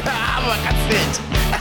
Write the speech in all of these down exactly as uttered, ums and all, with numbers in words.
Ah, cacete.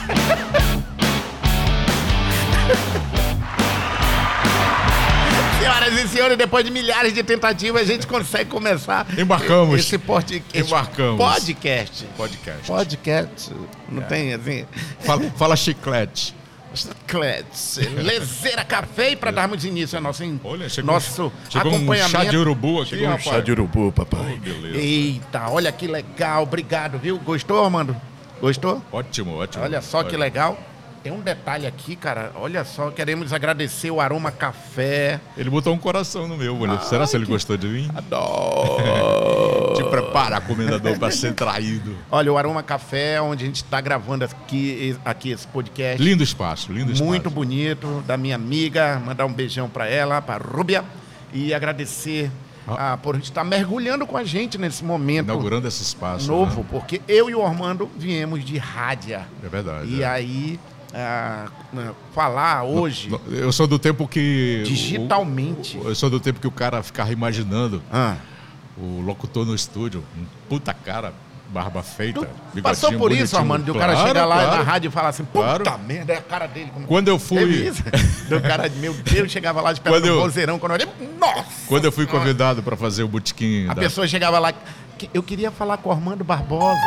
Senhoras e senhores, depois de milhares de tentativas, a gente consegue começar. Embarcamos. Esse podcast. Embarcamos. Podcast. Podcast. Podcast. Não é. Tem assim. Fala, fala chiclete. Chiclete. Lezeira Café, e para darmos início ao nosso, olha, chegou, nosso chegou acompanhamento. Um chá de urubu aqui, chegou um rapaz. chá de urubu, papai. Oh, beleza. Eita, olha que legal. Obrigado, viu? Gostou, Armando? Gostou? Ótimo, ótimo. Olha só olha. que legal. Tem um detalhe aqui, cara. Olha só, queremos agradecer o Aroma Café. Ele botou um coração no meu, olha. Será que ele gostou de mim? Adoro. Te prepara, comendador, para ser traído. Olha, o Aroma Café, onde a gente está gravando aqui, aqui esse podcast. Lindo espaço, lindo espaço. Muito bonito, da minha amiga. Mandar um beijão para ela, para Rúbia. E agradecer ah. Ah, por estar mergulhando com a gente nesse momento. Inaugurando esse espaço. Novo, né? Porque eu e o Armando viemos de rádia. É verdade. E é. aí... Ah, falar hoje. No, no, eu sou do tempo que. Digitalmente. O, eu sou do tempo que o cara ficava imaginando ah. o locutor no estúdio, um puta cara, barba feita, bigodinho, passou por isso, Armando, de o cara claro, chegar lá claro, na rádio e falar assim, puta claro. merda, é a cara dele. Como... Quando eu fui. do cara, meu Deus, chegava lá esperando o um vozeirão, quando eu olhei, nossa! Quando eu fui convidado para fazer o botequim. A da... pessoa chegava lá, eu queria falar com o Armando Barbosa.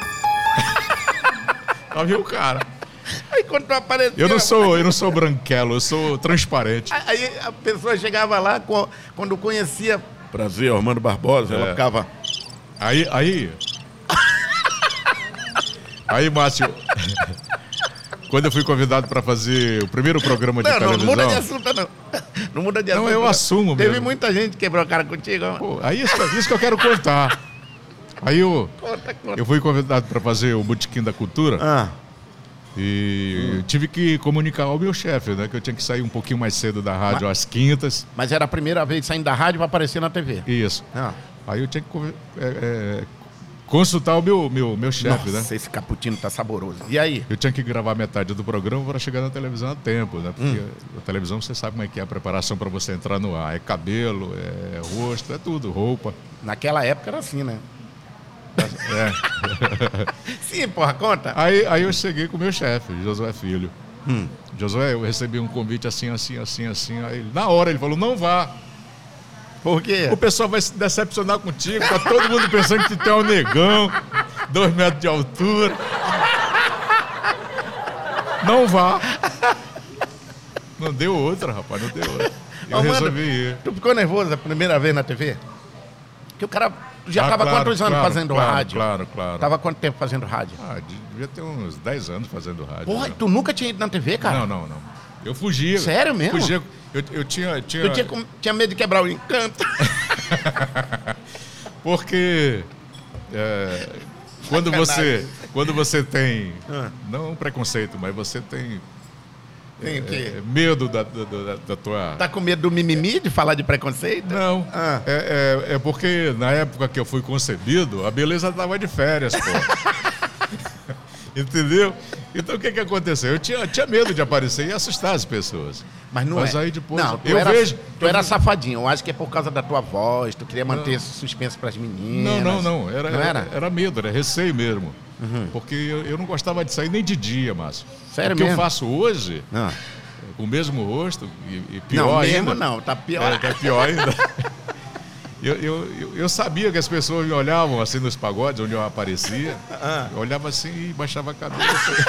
Lá viu o cara. Aí quando tu apareceu... Eu não sou, eu não sou branquelo, eu sou transparente. Aí a pessoa chegava lá, quando conhecia... Prazer, Armando Barbosa, é. Ela ficava... Aí, aí... Aí, Márcio... Quando eu fui convidado para fazer o primeiro programa de não, televisão... Não, não muda de assunto, não. Não muda de assunto. Não, eu não. assumo Teve mesmo. muita gente que quebrou a cara contigo. Pô, aí isso, isso que eu quero contar. Aí eu, conta, conta. eu fui convidado para fazer o Botequim da Cultura. Ah. E hum. tive que comunicar ao meu chefe, né? Que eu tinha que sair um pouquinho mais cedo da rádio mas, às quintas. Mas era a primeira vez saindo da rádio para aparecer na T V. Isso. Ah. Aí eu tinha que é, é, consultar o meu, meu, meu chefe, né? Nossa, esse cappuccino tá saboroso. E aí? Eu tinha que gravar metade do programa para chegar na televisão a tempo, né? Porque hum. a televisão, você sabe como é que é a preparação para você entrar no ar. É cabelo, é rosto, é tudo, roupa. Naquela época era assim, né? É. Sim, porra, conta. Aí, aí eu cheguei com o meu chefe, Josué Filho. Hum. Josué, eu recebi um convite assim, assim, assim, assim. Aí, na hora ele falou, não vá. Por quê? O pessoal vai se decepcionar contigo. Tá todo mundo pensando que tu é um negão, dois metros de altura. Não vá. Não deu outra, rapaz, não deu outra. Eu Ô, resolvi mano, ir. Tu ficou nervoso a primeira vez na T V? Que o cara já ah, estava claro, quantos anos claro, fazendo claro, rádio? Claro, claro. Tava quanto tempo fazendo rádio? Ah, devia ter uns dez anos fazendo rádio. Porra, né? tu nunca tinha ido na T V, cara? Não, não, não. Eu fugia. Sério mesmo? Fugia. Eu, eu tinha... tinha... Tu tinha, tinha medo de quebrar o encanto? Porque... É, quando, você, quando você tem... Ah. Não um preconceito, mas você tem... Tem o quê? É, medo da, da, da tua... Tá com medo do mimimi, de falar de preconceito? Não. Ah. É, é, é porque na época que eu fui concebido, a beleza tava de férias, pô. Entendeu? Então o que que aconteceu? Eu tinha, tinha medo de aparecer e assustar as pessoas. Mas não Mas é. aí depois... Não, tu eu era, vejo... Tu era safadinho. Eu acho que é por causa da tua voz. Tu queria manter esse suspense pras meninas. Não, não, não. Era, não era? era? Era medo, era receio mesmo. Uhum. Porque eu, eu não gostava de sair nem de dia, Márcio. Sério o que mesmo? eu faço hoje, Ah. com o mesmo rosto, e, e pior não, ainda... mesmo não, tá pior. É, tá pior ainda. eu, eu, eu, eu sabia que as pessoas me olhavam assim nos pagodes, onde eu aparecia. Ah. Eu olhava assim e baixava a cabeça.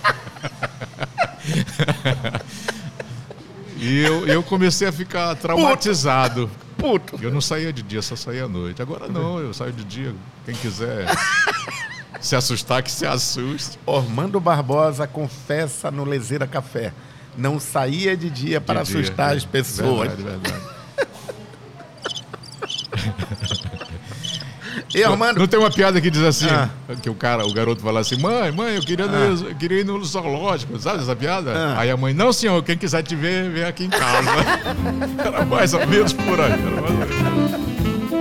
E eu, eu comecei a ficar traumatizado. Puto. Eu não saía de dia, só saía à noite. Agora não, eu saio de dia. Quem quiser se assustar, que se assuste. Armando Barbosa confessa no Lezeira Café. Não saía de dia de para dia, assustar é, as pessoas. Verdade, verdade. E, Armando... Não tem uma piada que diz assim, ah. que o cara, o garoto fala assim, mãe, mãe, eu queria, ah. no, eu queria ir no zoológico, sabe essa piada? Ah. Aí a mãe, não senhor, quem quiser te ver, vem aqui em casa. Era mais ou menos por aí. Era mais ou menos.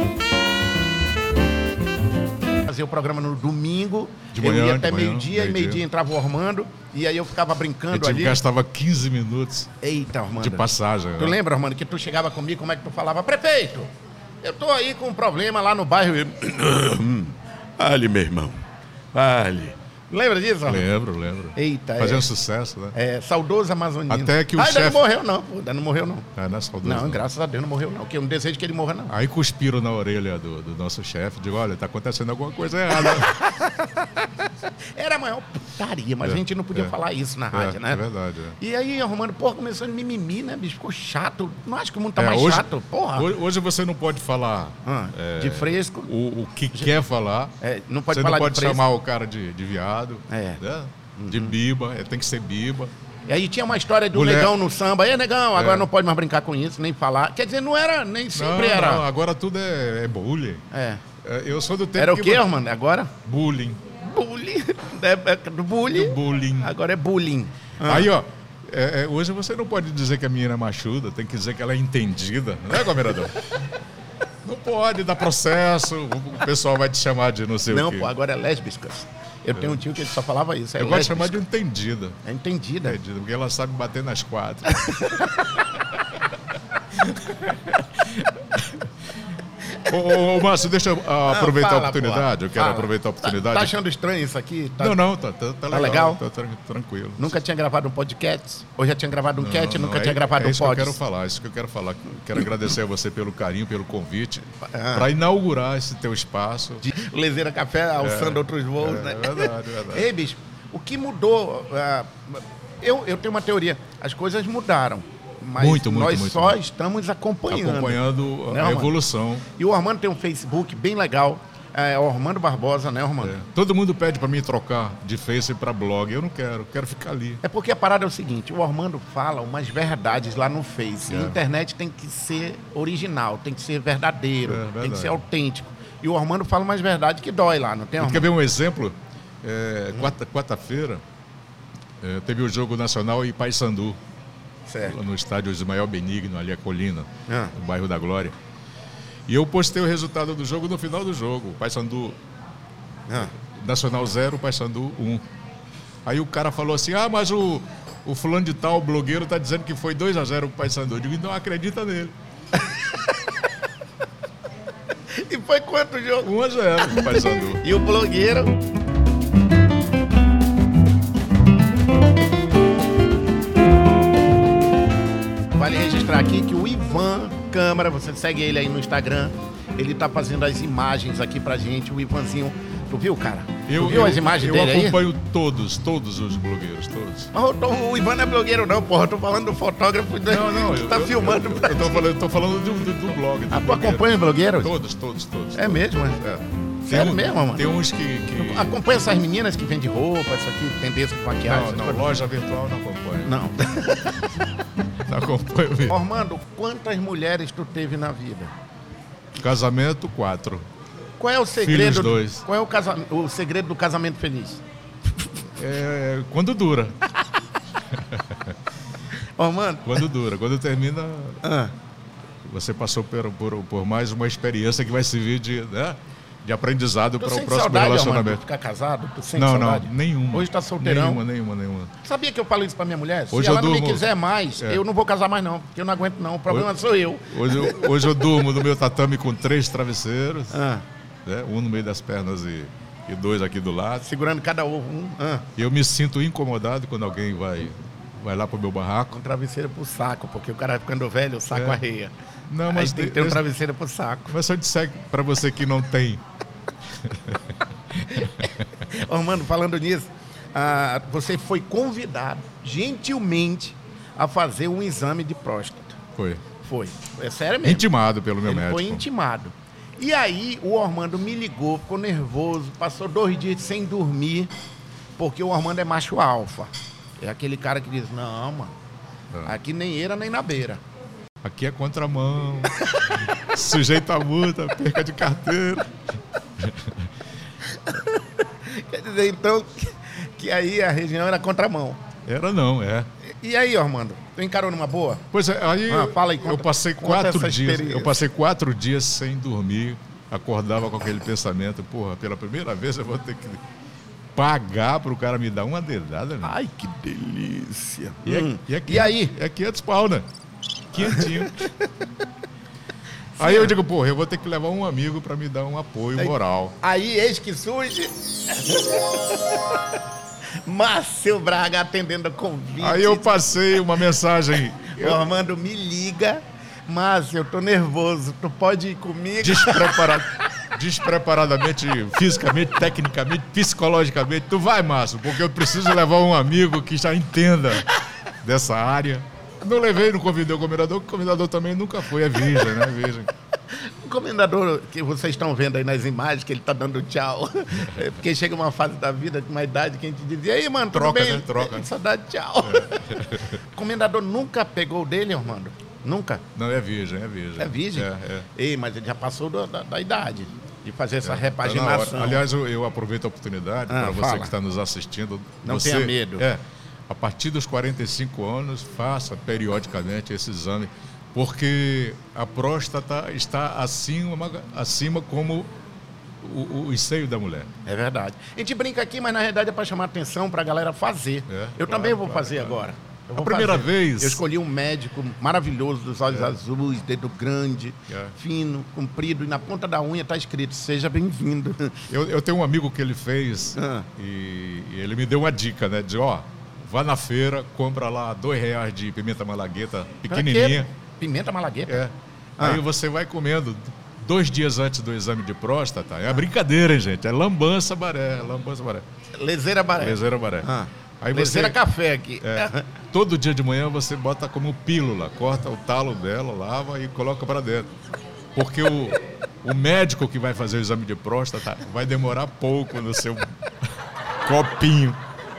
Fazer o programa no domingo, de manhã, eu ia até meio meio-dia, e meio-dia entrava o Armando, e aí eu ficava brincando eu ali. Eu gastava quinze minutos Eita, Armando. de passagem. Tu né? lembra, Armando, que tu chegava comigo, como é que tu falava? Prefeito, eu tô aí com um problema lá no bairro. Fale, meu irmão. Fale. Lembra disso? Lembro, lembro. Eita, Fazendo é. sucesso, né? É, saudoso amazonino. Até que o ah, ainda chefe... não morreu não, pô. Ainda não morreu não. Ah, não é saudoso, Não, não. graças a Deus não morreu não. Que eu não desejo que ele morra não. Aí cuspiram na orelha do, do nosso chefe. Digo, olha, tá acontecendo alguma coisa errada. Era a maior putaria, mas É, a gente não podia é. falar isso na rádio, é, né? É verdade, é. E aí, arrumando, porra, começou a mimimi, né, bicho? Ficou chato. Não acho que o mundo tá É, mais hoje, chato, porra. Hoje, hoje você não pode falar Ah, é, de fresco. o, o que quer falar. É, não pode você falar não pode de fresco. chamar o cara de, de viado. É. Né? De biba, é, tem que ser biba. E aí tinha uma história do Mulher- negão no samba. Aí, negão, agora É. não pode mais brincar com isso, nem falar. Quer dizer, não era, nem sempre não, era. não, agora tudo é, é bullying. É. É, eu sou do tempo Era o que... quê, mano? Agora? Bullying. Bullying. É, é, do bullying. Do bullying. Agora é bullying. Ah. Aí, ó, é, é, hoje você não pode dizer que a menina é machuda, tem que dizer que ela é entendida, não é, governador? Não pode dar processo, o pessoal vai te chamar de não sei Não, o quê. pô, agora é lésbicas. Eu tenho um tio que ele só falava isso. É Eu gosto de chamar lésbicas. de entendida. É entendida. Entendida, porque ela sabe bater nas quatro. Ô, ô, ô, Márcio, deixa eu ah, aproveitar fala, a oportunidade. pô. Eu quero Fala. aproveitar a Tá, oportunidade. tá achando estranho isso aqui? Tá- Não, não, tá, tá, tá legal. legal? Tá tran- tranquilo. Nunca tinha gravado um podcast? Ou já tinha gravado um Não, cat, não, nunca é- tinha gravado é um isso que eu pod? quero falar, isso que eu quero falar. Quero agradecer a você pelo carinho, pelo convite, Ah. para inaugurar esse teu espaço. De Lezeira Café alçando outros voos, é, né? é verdade, é verdade. Ei, bicho, o que mudou? ah, eu, eu tenho uma teoria. As coisas mudaram. Mas Muito, muito, nós muito, só muito. estamos acompanhando. Acompanhando Né, a Armando? evolução. E o Armando tem um Facebook bem legal. É o Armando Barbosa, né, Armando? É. Todo mundo pede para mim trocar de Face para blog. Eu não quero, quero ficar ali. É porque a parada é o seguinte, o Armando fala umas verdades lá no Face. É. A internet tem que ser original, tem que ser verdadeiro, É, tem que verdade. ser autêntico. E o Armando fala umas verdades que dói lá, não tem, Quer Armando? ver um exemplo? É, quarta- Quarta-feira é, teve o jogo nacional em Paysandu, Certo. lá no estádio Ismael Benigno, ali a Colina, Ah. no bairro da Glória. E eu postei o resultado do jogo no final do jogo. Paysandu Ah. Nacional zero, Paysandu um. Aí o cara falou assim, ah, mas o, o fulano de tal, o blogueiro, tá dizendo que foi dois a zero pro Paysandu. Eu digo, então acredita nele. E foi quanto o jogo? um a zero pro Paysandu. E o blogueiro... Vale registrar aqui que o Ivan Câmara, você segue ele aí no Instagram, ele tá fazendo as imagens aqui pra gente, o Ivanzinho. Tu viu, cara? Eu, tu viu eu, as imagens eu dele aí? acompanho todos, todos os blogueiros, todos. Mas eu tô- o Ivan não é blogueiro não, porra. Eu tô falando do fotógrafo do- Não, não, que eu, tá eu, filmando. Eu, pra eu, tô gente. falando, eu tô falando do, do, do blog. Do Ah, tu blogueiro. acompanha os blogueiros? Todos, todos, todos. É mesmo, é? É. Sério Tem um- mesmo, mano? Tem uns que... que... Acompanha essas meninas que vendem roupa, isso aqui, tendência com maquiagem. Não, essas não, coisas? loja virtual não acompanho. Não. Não acompanho mesmo. Armando, quantas mulheres tu teve na vida? Casamento, quatro. Qual é o segredo? Filhos, dois. Qual é o, casa, o segredo do casamento feliz? É, quando dura. Armando? Quando dura. Quando termina, Ah, você passou por, por, por mais uma experiência que vai servir de, né, de aprendizado tu para o sente próximo saudade, Armando, de relacionamento. ficar casado? Tu sente Não, não, saudade? nenhuma. Hoje tá solteirão? Nenhuma, nenhuma, nenhuma. Sabia que eu falo isso pra minha mulher? Se Hoje ela eu não me durmo- quiser mais, É. eu não vou casar mais não, porque eu não aguento não. O problema sou eu. Hoje eu, hoje eu durmo no meu tatame com três travesseiros, Ah, né, um no meio das pernas e, e dois aqui do lado. segurando cada ovo. Um, ah, E eu me sinto incomodado quando alguém vai, vai lá pro meu barraco. um travesseiro pro saco, porque o cara ficando velho, o saco É. arreia. Não, Aí mas tem que de- ter um esse- travesseiro pro saco. Mas se eu disser para você que não tem, Ô, Armando, falando nisso, ah, você foi convidado, gentilmente, a fazer um exame de próstata. foi Foi. É sério mesmo. intimado pelo meu Ele médico. foi intimado. E aí o Armando me ligou, ficou nervoso, passou dois dias sem dormir, porque o Armando é macho alfa. É aquele cara que diz, não, mano, Ah. aqui nem eira nem na beira. Aqui é contramão, sujeito a multa, perca de carteira. Quer dizer, então, que, que aí a região era contramão. Era não, é. E aí, Armando, tu encarou numa boa? Pois é, aí Ah, eu- fala aí, eu conta- passei conta quatro essa dias. experiência. Eu passei quatro dias sem dormir, acordava com aquele pensamento, porra, pela primeira vez eu vou ter que pagar pro cara me dar uma dedada, né? Ai, que delícia. E, é, Hum. e, é, E aí? É quinhentos pau, né? Quinhentinho. Aí eu digo, porra, eu vou ter que levar um amigo para me dar um apoio aí, moral. Aí, eis que surge... Márcio Braga atendendo o convite. Aí eu passei uma mensagem. O Armando me liga. Márcio, eu tô nervoso. Tu pode ir comigo? Despreparado, despreparadamente, fisicamente, tecnicamente, psicologicamente. Tu vai, Márcio, porque eu preciso levar um amigo que já entenda dessa área. Não levei, não convidei o comendador, porque o comendador também nunca foi, é virgem, né? Virgem. O comendador que vocês estão vendo aí nas imagens, que ele tá dando tchau. É porque chega uma fase da vida, uma idade que a gente diz, e aí, mano, tudo troca, bem? Né? Troca. Só dá tchau. É. O comendador nunca pegou o dele, Armando? Nunca? Não, é virgem, é virgem. É virgem? É, é. Ei, mas ele já passou do, da, da idade de fazer essa é, repaginação. Tá Aliás, eu, eu aproveito a oportunidade ah, para você fala. que está nos assistindo. Não você, tenha medo. É, a partir dos quarenta e cinco anos, faça periodicamente esse exame, porque a próstata está acima, acima como o, o seio da mulher. É verdade. A gente brinca aqui, mas na realidade é para chamar atenção, para a galera fazer. É, eu claro, também vou claro, fazer claro. agora. Eu a primeira fazer. vez... Eu escolhi um médico maravilhoso, dos olhos é. azuis, dedo grande, é. fino, comprido, e na ponta da unha está escrito, seja bem-vindo. Eu, eu tenho um amigo que ele fez ah. e, e ele me deu uma dica, né? De, ó, vá na feira, compra lá dois reais de pimenta malagueta pequenininha. Pimenta malagueta? É. Ah. Aí você vai comendo dois dias antes do exame de próstata. É a brincadeira, hein, gente? É lambança baré, lambança baré. Lezeira baré. Lezeira baré. Ah. Aí Lezeira você, café aqui. É, todo dia de manhã você bota como pílula, corta o talo dela, lava e coloca para dentro. Porque o, o médico que vai fazer o exame de próstata vai demorar pouco no seu copinho.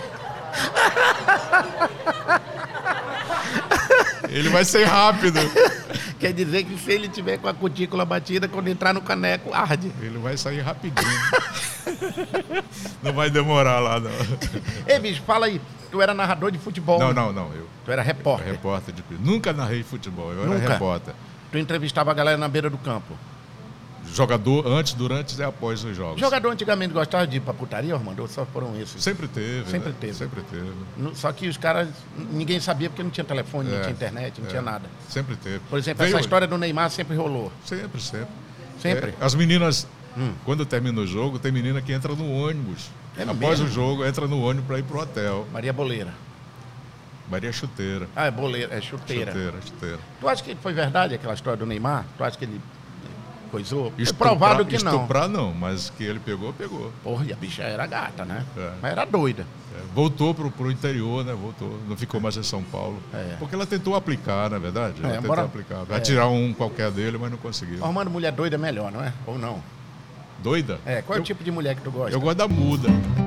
Ele vai ser rápido. Quer dizer que se ele tiver com a cutícula batida, quando entrar no caneco, arde. Ele vai sair rapidinho. Não vai demorar lá, não. Ei, bicho, fala aí. Tu era narrador de futebol? Não, não, não. Eu, tu era repórter? Eu repórter de... Nunca narrei futebol, eu Nunca? era repórter. Tu entrevistava a galera na beira do campo? Jogador antes, durante e após os jogos. Jogador antigamente gostava de ir pra putaria, Armando? Ou só foram esses? Sempre teve. Sempre né? teve. Sempre teve. Só que os caras, ninguém sabia porque não tinha telefone, é, não tinha internet, não é, tinha nada. Sempre teve. Por exemplo, Veio... essa história do Neymar sempre rolou. Sempre, sempre. Sempre? É, as meninas, hum. quando termina o jogo, tem menina que entra no ônibus. É após mesmo? o jogo, entra no ônibus para ir pro hotel. Maria Boleira. Maria Chuteira. Ah, é boleira, é chuteira. Chuteira, chuteira. Tu acha que foi verdade aquela história do Neymar? Tu acha que ele coisou? É Estuprar, provado que não. Estuprar não, mas que ele pegou, pegou. Porra, e a bicha era gata, né? É. Mas era doida. É. Voltou pro, pro interior, né? Voltou. Não ficou mais em São Paulo. É. Porque ela tentou aplicar, na verdade. Ela é, tentou bora... aplicar. Vai é. tirar um qualquer dele, mas não conseguiu. Armando, mulher doida é melhor, não é? Ou não? Doida? É, qual é eu, o tipo de mulher que tu gosta? Eu gosto da muda.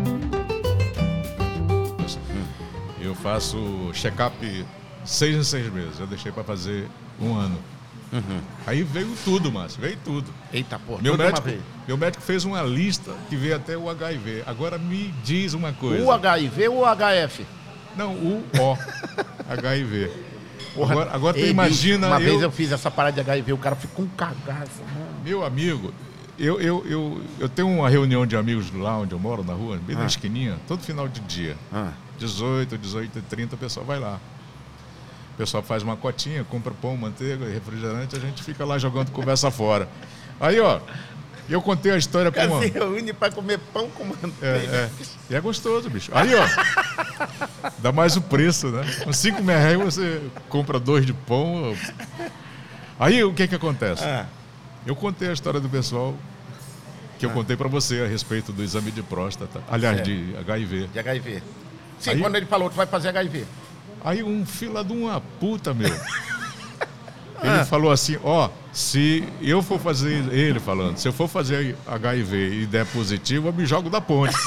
Eu faço check-up seis em seis meses. Eu deixei para fazer um ano. Uhum. Aí veio tudo, Márcio. Veio tudo. Eita, porra. Meu médico, meu médico fez uma lista que veio até o H I V. Agora me diz uma coisa. O H I V ou o H F? Não, o O. H I V. Porra, agora agora tu ei, imagina... Uma eu... vez eu fiz essa parada de H I V, o cara ficou um cagaço. Mano. Meu amigo... Eu, eu, eu, eu tenho uma reunião de amigos lá onde eu moro, na rua, bem ah. na esquininha, todo final de dia. Ah. dezoito, dezoito e trinta, o pessoal vai lá. O pessoal faz uma cotinha, compra pão, manteiga e refrigerante, a gente fica lá jogando conversa fora. Aí, ó, eu contei a história com uma... se reúne pra comer pão com manteiga. É, é. E é gostoso, bicho. Aí, ó, dá mais o preço, né? Com cinco reais você compra dois de pão. Aí, o que que acontece? Ah. Eu contei a história do pessoal que eu ah. contei para você a respeito do exame de próstata. Aliás, certo. de H I V. De H I V. Sim, aí, quando ele falou, tu vai fazer H I V. Aí um fila de uma puta, meu. Ele ah. falou assim, ó, se eu for fazer, ele falando, se eu for fazer H I V e der positivo, eu me jogo da ponte.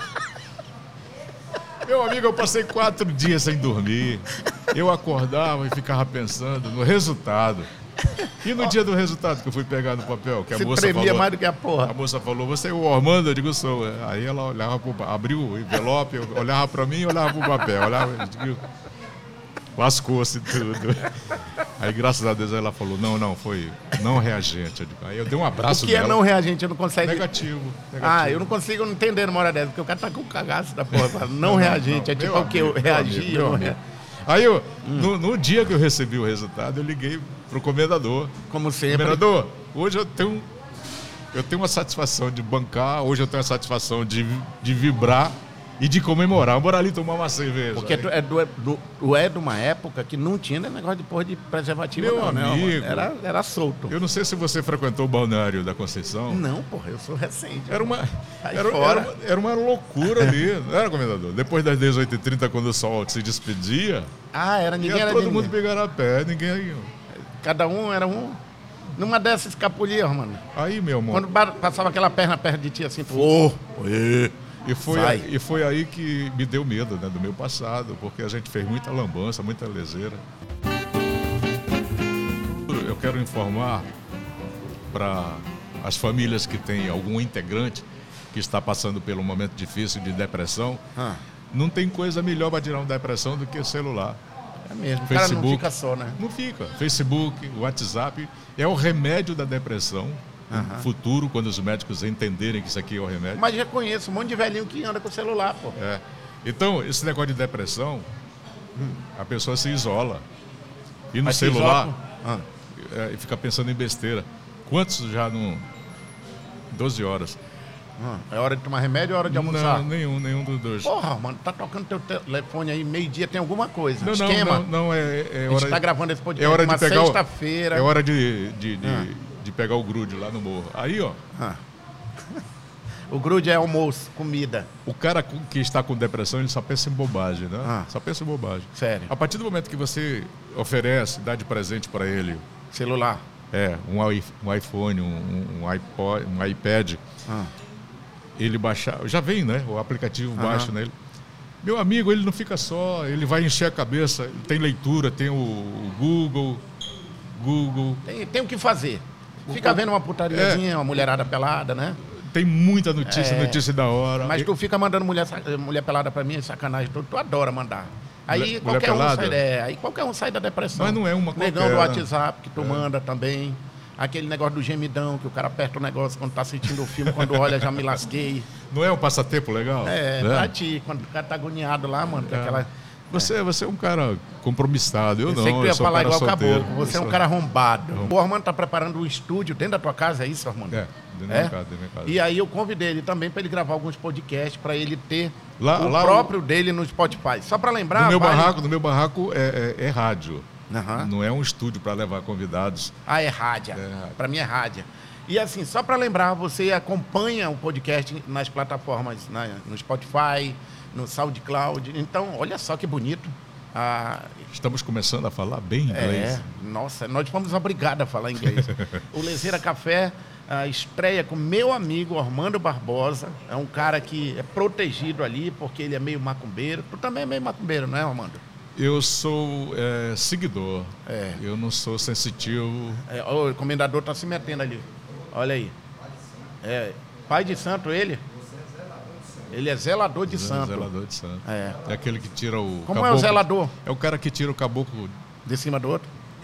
Meu amigo, eu passei quatro dias sem dormir. Eu acordava e ficava pensando no resultado. E no oh. dia do resultado que eu fui pegar no papel, que a Você moça tremia falou... mais do que a porra. A moça falou, você é o Armando? Eu digo, sou. Aí ela olhava pro, abriu o envelope, olhava para mim e olhava pro papel. Olhava, digo, lascou-se tudo. Aí, graças a Deus, ela falou, não, não, foi não reagente. Eu digo, aí eu dei um abraço dela. O que dela. é não reagente? Eu não consigo... Negativo, negativo. Ah, eu não consigo entender numa hora dessa, porque o cara tá com o cagaço da porra. Não, não reagente, não, não. é tipo o que eu reagia. Aí, eu, hum. no, no dia que eu recebi o resultado, eu liguei pro comendador. Como sempre. Comendador, hoje eu tenho, eu tenho uma satisfação de bancar, hoje eu tenho a satisfação de, de vibrar e de comemorar. Bora ali tomar uma cerveja. Porque tu é, do, do, tu é de uma época que não tinha negócio de porra de preservativo, Meu não, amigo, né? Era, era solto. Eu não sei se você frequentou o balneário da Conceição. Não, porra, eu sou recente. Era uma, Aí era, fora. era, uma, era uma loucura ali, não era, comendador? Depois das dezoito e trinta, quando o sol se despedia, Ah, era ninguém ia era todo de mundo ninguém. pegar a pé, ninguém... Cada um era um. Numa dessas escapulia, mano. Aí, meu irmão... Quando ba- passava aquela perna perto de ti assim, pô, ê. E foi, Sai. aí, e foi aí que me deu medo, né, do meu passado, porque a gente fez muita lambança, muita leseira. Eu quero informar para as famílias que têm algum integrante que está passando por um momento difícil de depressão, Ah, não tem coisa melhor para tirar uma depressão do que celular. é mesmo. O cara não Facebook. fica só, né? Não fica. Facebook, WhatsApp é o remédio da depressão. No futuro, quando os médicos entenderem que isso aqui é o remédio. Mas já conheço um monte de velhinho que anda com o celular, pô. É. Então, esse negócio de depressão, a pessoa se isola. E no Mas se celular, isola- Ah. é, e fica pensando em besteira. Quantos já não... doze horas. Ah, é hora de tomar remédio ou é hora de almoçar? Não, nenhum, nenhum dos dois. Porra, mano, tá tocando teu telefone aí, meio-dia tem alguma coisa. Não, não, Esquema. não, não, é, é A gente hora... tá gravando esse podcast é hora de uma pegar o- sexta-feira. É hora de, de, de, Ah. de pegar o grude lá no morro. Aí, ó, Ah. O grude é almoço, comida. o cara com- que está com depressão, ele só pensa em bobagem, né? Ah. Só pensa em bobagem. Sério. A partir do momento que você oferece, dá de presente para ele, Celular. é, um, i- um iPhone, um, um iPod, um iPad, Ah. ele baixar, já vem, né? O aplicativo Aham. baixa nele. Meu amigo, ele não fica só, ele vai encher a cabeça, ele tem leitura, tem o, o Google, Google, Tem, tem o que fazer. Fica vendo uma putariazinha, É. uma mulherada pelada, né? tem muita notícia, É. notícia da hora. Mas E- tu fica mandando mulher, sa- mulher pelada pra mim, é sacanagem. Tu, tu adora mandar. Aí Mulher- qualquer, mulher um pelada? sai, é, aí qualquer um sai da depressão. Mas não é uma Negão qualquer, do né? WhatsApp que tu manda também. Aquele negócio do gemidão, que o cara aperta o negócio quando tá assistindo o filme, quando olha, já me lasquei. Não é um passatempo legal? É, né? pra ti, quando o cara tá agoniado lá, mano, com É. aquela... Você, você é um cara compromissado, eu Eu não. sei que tu ia eu sou um falar cara igual o solteiro. Caboclo. Você é Eu um sou- cara arrombado. O Armando tá preparando um estúdio dentro da tua casa, é isso, Armando? É, dentro da É? minha casa, dentro da minha casa. E aí eu convidei ele também para ele gravar alguns podcasts, para ele ter Lá- o lá próprio dele no Spotify. Só para lembrar... No meu vale- barraco, no meu barraco é, é- é rádio. Aham. Não é um estúdio para levar convidados. Ah, é rádia. É rádio. Para mim é rádia. E assim, só para lembrar, você acompanha o podcast nas plataformas, na- no Spotify, no SoundCloud. Então, olha só que bonito. Ah, Estamos começando a falar bem inglês. é, nossa, nós fomos obrigados a falar inglês. O Lezeira Café ah, estreia com meu amigo Armando Barbosa. É um cara que é protegido ali, porque ele é meio macumbeiro. Tu também é meio macumbeiro, não é, Armando? Eu sou é, seguidor. É. Eu não sou sensitivo. É, ó, o comendador tá se metendo ali. Olha aí. É, pai de santo ele? Ele é zelador de santo. Zelador de santo. É. É aquele que tira o Como é o zelador? É o cara que tira o caboclo. De cima do outro?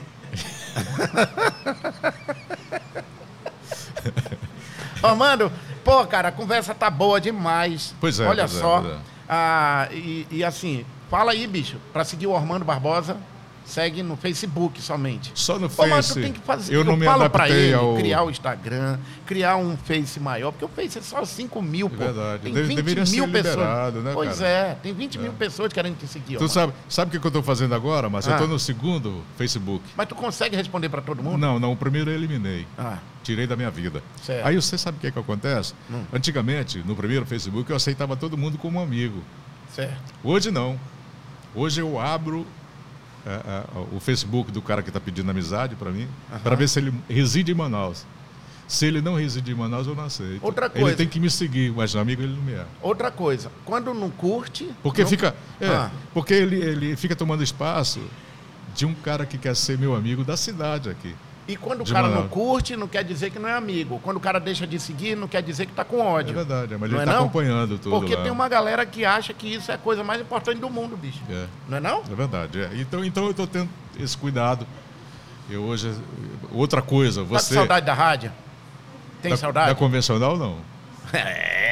Armando, pô, cara, a conversa tá boa demais. Pois é, Olha pois é, só. pois é. Ah, e, e assim, fala aí, bicho, pra seguir o Armando Barbosa, segue no Facebook somente. Só no Pô, mas tu Face. tem que fazer. Eu não me falo pra adaptei ele ao... criar o Instagram, criar um Face maior, porque o Face é só cinco mil, pô. verdade. Tem Deve- vinte deveria mil ser pessoas. liberado, né, Pois cara? é, tem vinte mil pessoas querendo te seguir. Tu ó. sabe, sabe o que que eu estou fazendo agora, mas eu Ah. estou no segundo Facebook. Mas tu consegue responder pra todo mundo? Não, não, o primeiro eu eliminei. Ah, Tirei da minha vida. Certo. Aí você sabe o que, que acontece? Hum. Antigamente, no primeiro Facebook, eu aceitava todo mundo como amigo. certo. Hoje não. Hoje eu abro é, é, o Facebook do cara que está pedindo amizade para mim, Aham. para ver se ele reside em Manaus. Se ele não reside em Manaus, eu não aceito. Outra Ele coisa. tem que me seguir, mas amigo ele não me é. Outra coisa, quando não curte... Porque não- fica, é, Ah. porque ele, ele fica tomando espaço de um cara que quer ser meu amigo da cidade aqui. E quando o de cara não Manaus. curte, não quer dizer que não é amigo. Quando o cara deixa de seguir, não quer dizer que tá com É ódio. verdade, mas Não ele é está não? acompanhando tudo Porque lá. tem uma galera que acha que isso é a coisa mais importante do mundo, bicho. É. Não é não? É verdade. É. Então, então eu estou tendo esse cuidado. Eu hoje. Outra coisa, Tá com você. saudade da rádio? Tem da, saudade? Da convencional, não. É, moleque.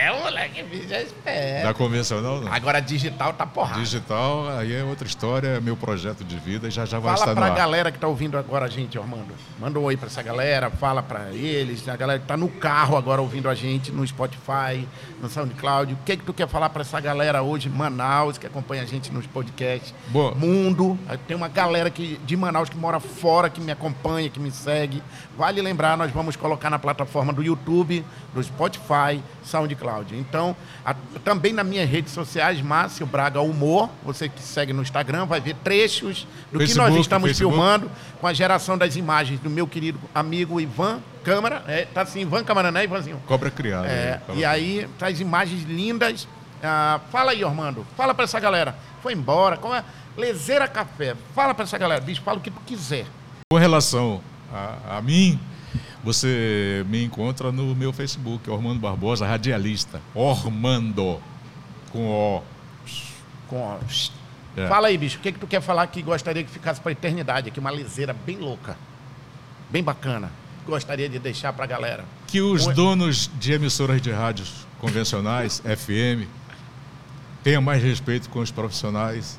que bicho é esperto. Da convencional, não. Agora digital tá porrada. Digital, aí é outra história, é meu projeto de vida e já já vai Fala estar pra no ar. galera que tá ouvindo agora a gente, Armando. Manda um oi pra essa galera, fala pra eles, a galera que tá no carro agora ouvindo a gente, no Spotify, no SoundCloud. O que que tu quer falar pra essa galera hoje, Manaus, que acompanha a gente nos podcasts? Boa. Mundo. Tem uma galera que, de Manaus que mora fora, que me acompanha, que me segue. Vale lembrar, nós vamos colocar na plataforma do YouTube, do Spotify, SoundCloud. Então, a, também nas minhas redes sociais, Márcio Braga Humor, você que segue no Instagram, vai ver trechos do Facebook, que nós estamos Facebook. filmando com a geração das imagens do meu querido amigo Ivan Câmara. É, tá assim, Ivan Câmara, né, Ivanzinho? Cobra criada. É, Cobra e aí, traz imagens lindas. Ah, fala aí, Armando. Fala pra essa galera. Foi embora. Como é? Lezeira Café. Fala pra essa galera. Bicho, fala o que tu quiser. Com relação a, a mim, você me encontra no meu Facebook, Ormando Barbosa, radialista. Ormando, com O. Com... É. Fala aí, bicho. O que, que tu quer falar que gostaria que ficasse pra eternidade? Aqui uma lezeira bem louca. Bem bacana. Gostaria de deixar pra galera. Que os Um- donos de emissoras de rádios convencionais, F M, tenham mais respeito com os profissionais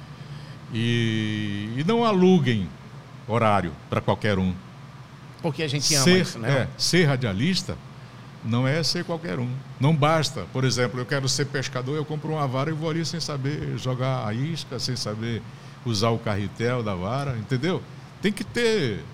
e, e não aluguem horário para qualquer um. Porque a gente ama Ser, isso, né? é, ser radialista não é ser qualquer um. Não basta, por exemplo, eu quero ser pescador, eu compro uma vara e vou ali sem saber jogar a isca, sem saber usar o carretel da vara, entendeu? Tem que ter,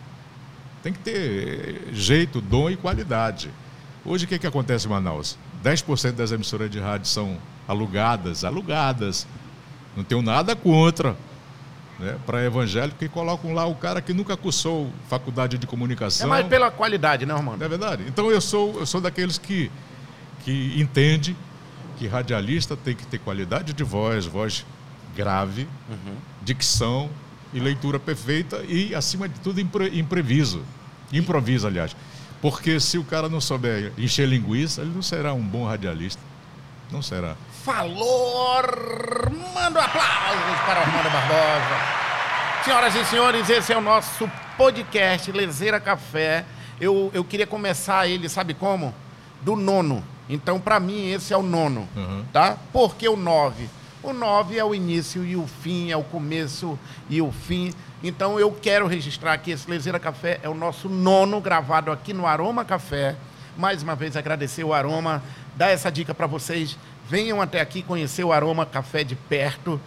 tem que ter jeito, dom e qualidade. Hoje o que, que acontece em Manaus? dez por cento das emissoras de rádio são alugadas, alugadas. Não tenho nada contra, né, para evangélico, que colocam lá o cara que nunca cursou faculdade de É comunicação. mais pela qualidade, né, Armando? Não é verdade? Então eu sou, eu sou daqueles que, que entende que radialista tem que ter qualidade de voz, voz grave, Uhum. dicção e leitura perfeita e, acima de tudo, impre, impreviso. Improviso, aliás. Porque se o cara não souber encher linguiça, ele não será um bom radialista. Não será. Falou! Manda aplausos para Armando Barbosa. Senhoras e senhores, esse é o nosso podcast Lezeira Café. Eu, eu queria começar ele, sabe como? Do nono. Então, para mim, esse é o nono. Uhum. Tá? Por que o nove? O nove é o início e o fim, é o começo e o fim. Então, eu quero registrar que esse Lezeira Café é o nosso nono, gravado aqui no Aroma Café. Mais uma vez, agradecer o Aroma, dar essa dica para vocês. Venham até aqui conhecer o Aroma Café de perto.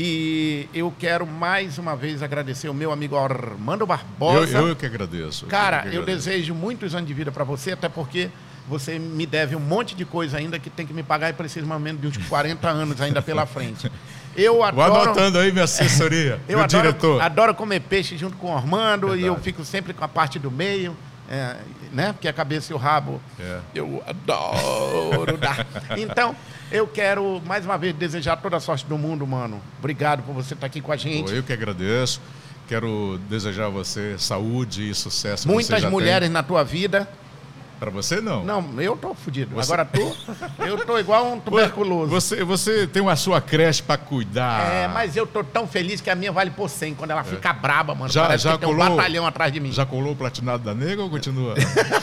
E eu quero mais uma vez agradecer o meu amigo Armando Eu, Barbosa. eu que agradeço. Cara, que eu agradeço. desejo muitos anos de vida para você, até porque você me deve um monte de coisa ainda que tem que me pagar e precisa mais ou menos de uns quarenta anos ainda pela frente. Eu Vou adoro... anotando aí minha assessoria, Eu meu adoro, diretor. adoro comer peixe junto com o Armando. Verdade. E eu fico sempre com a parte do meio, é, né? Porque a cabeça e o rabo É. eu adoro dar. Então, eu quero mais uma vez desejar toda a sorte do mundo, mano. Obrigado por você estar aqui com a gente. Eu que agradeço. Quero desejar a você saúde e sucesso. Você Muitas já mulheres na tua vida. Para você, não. Não, eu tô fudido. Você- Agora tu, eu tô igual um tuberculoso. Você, você tem uma sua creche para cuidar. É, mas eu tô tão feliz que a minha vale por cem. Quando ela fica braba, mano, Já- parece já que tem um colou- batalhão atrás de mim. Já colou o platinado da nega ou continua?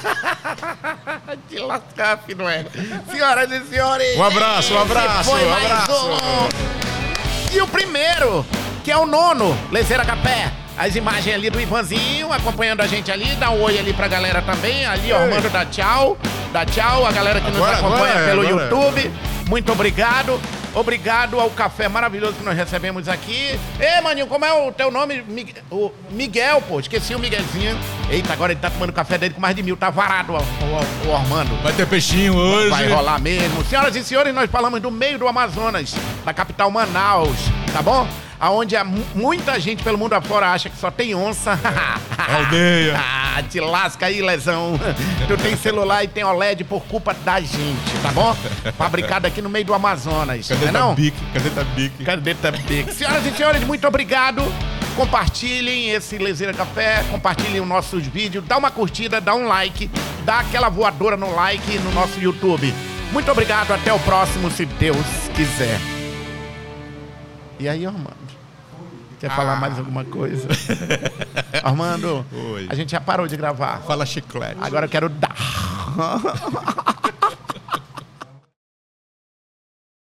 Te lascar, filho, não é? Senhoras e senhores... Um abraço, um abraço, esse foi um mais abraço. um. E o primeiro, que é o nono, Lezeira Café. As imagens ali do Ivanzinho acompanhando a gente ali. Dá um oi ali pra galera também. Ali, ó, Ei. Armando dá tchau. Dá tchau, a galera que nos Agora- acompanha agora é, pelo agora é. YouTube. Muito obrigado. Obrigado ao café maravilhoso que nós recebemos aqui. Ei, maninho, como é o teu nome? Mi- o Miguel, pô. Esqueci o Miguelzinho. Eita, agora ele tá tomando café dele com mais de mil. Tá varado o, o, o Armando. Vai ter peixinho hoje. Vai rolar mesmo. Senhoras e senhores, nós falamos do meio do Amazonas, da capital Manaus, tá bom? Aonde há mu- muita gente pelo mundo afora acha que só tem onça. Aldeia. Ah, te lasca aí, lesão. Tu tem celular e tem O L E D por culpa da gente, tá bom? Fabricado aqui no meio do Amazonas, não é Cadê não? Tabique? Cadê Tabique? Cadê Tabique? Senhoras e senhores, muito obrigado. Compartilhem esse Lezeira Café, compartilhem os nossos vídeos, dá uma curtida, dá um like, dá aquela voadora no like no nosso YouTube. Muito obrigado, até o próximo, se Deus quiser. E aí, Armando? Quer falar mais alguma coisa? Armando, Oi. a gente já parou de gravar. Fala chiclete. Agora eu quero dar.